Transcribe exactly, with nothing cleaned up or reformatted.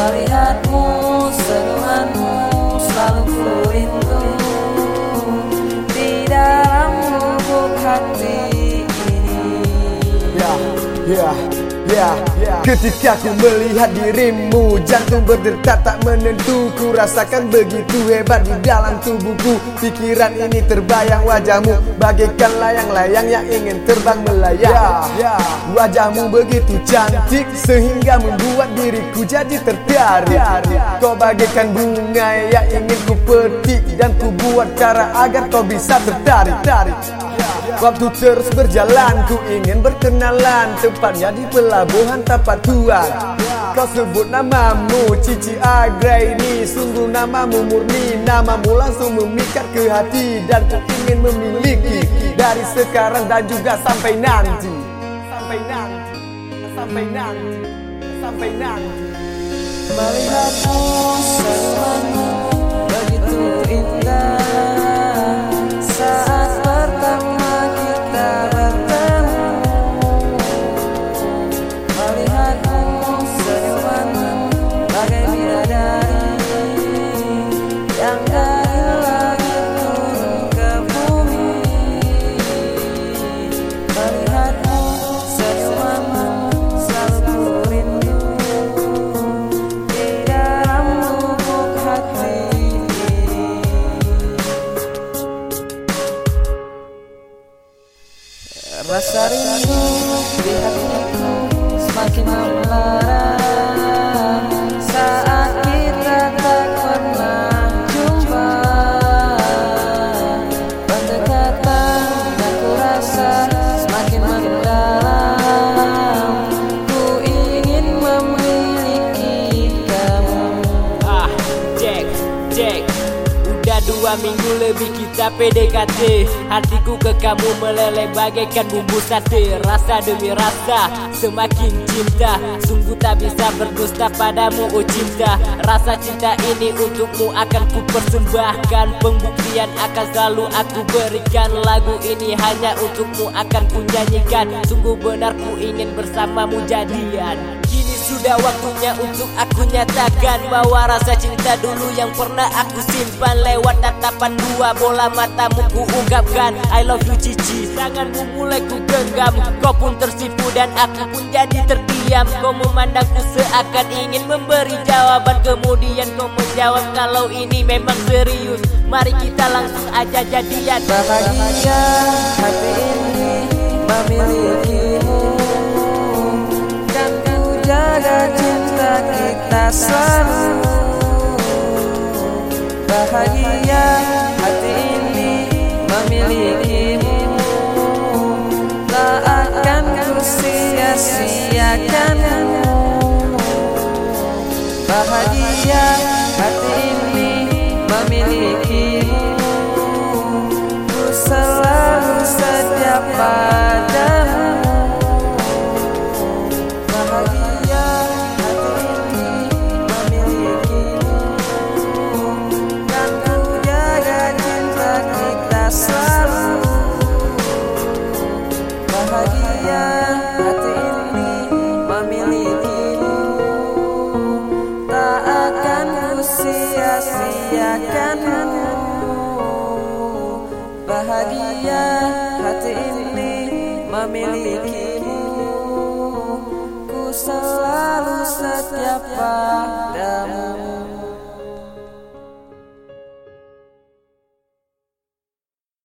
Melihatmu, senyumanmu selalu ku rindu di dalam lubuk hati ini. Yeah, yeah, yeah, yeah. Ketika ku melihat dirimu, jantung berdetak tak menentu. Ku rasakan begitu hebat di dalam tubuhku. Pikiran ini terbayang wajahmu bagaikan layang-layang yang ingin terbang melayang. Yeah, yeah. Wajahmu begitu cantik sehingga membuat diriku jadi tertarik. Kau bagaikan bunga yang ingin ku petik dan ku buat cara agar kau bisa tertarik. Waktu terus berjalan, ku ingin berkenalan, tepatnya di pelabuhan Tapak Tuan. Kau sebut namamu Cici Agraini, sungguh namamu murni, namamu langsung memikat ke hati. Dan ku ingin memiliki dari sekarang dan juga sampai nanti. Sampai nanti, sampai nanti, sampai nanti. Melihatmu, senyumanmu begitu indah saat pertama kita bertemu. Melihatmu, senyumanmu bagai bidadari yang dari langit turun ke bumi. Melihatmu, senyumanmu selalu ku rindu di dalam lubuk hati ini. Rasa rindu di hatiku semakin membara saat kita tak pernah jumpa. Pendekatan yang ku rasa semakin mendalam. Ku ingin memiliki kamu. Ah, Jack, Jack. Udah dua minggu lebih kita P D K T. Hatiku ke kamu meleleh bagaikan bumbu sate. Rasa demi rasa semakin cinta. Sungguh tak bisa berdusta padamu oh cinta. Rasa cinta ini untukmu akan ku persembahkan. Pembuktian akan selalu aku berikan. Lagu ini hanya untukmu akan ku nyanyikan. Sungguh benar ku ingin bersamamu jadian. Kini sudah waktunya untuk aku nyatakan bahwa rasa cinta dulu yang pernah aku simpan lewat tatapan dua bola matamu ku ungkapkan. I love you Cici. Tanganmu mulai ku genggam, kau pun tersipu dan aku pun jadi terdiam. Kau memandangku seakan ingin memberi jawaban, kemudian kau menjawab kalau ini memang serius. Mari kita langsung aja jadian. Bahagia hati ini memilikimu, kan ku jaga cinta kita selalu. Bahagia hati ini memilikimu, tak akan ku sia-siakanmu. Bahagia hati ini memilikimu, ku selalu setia padamu. Bahagia hati ini memilikimu, kan ku jaga cinta kita selalu. Bahagia hati ini memilikimu, tak akan ku sia-siakanmu. Bahagia hati ini memilikimu, ku selalu setia padamu.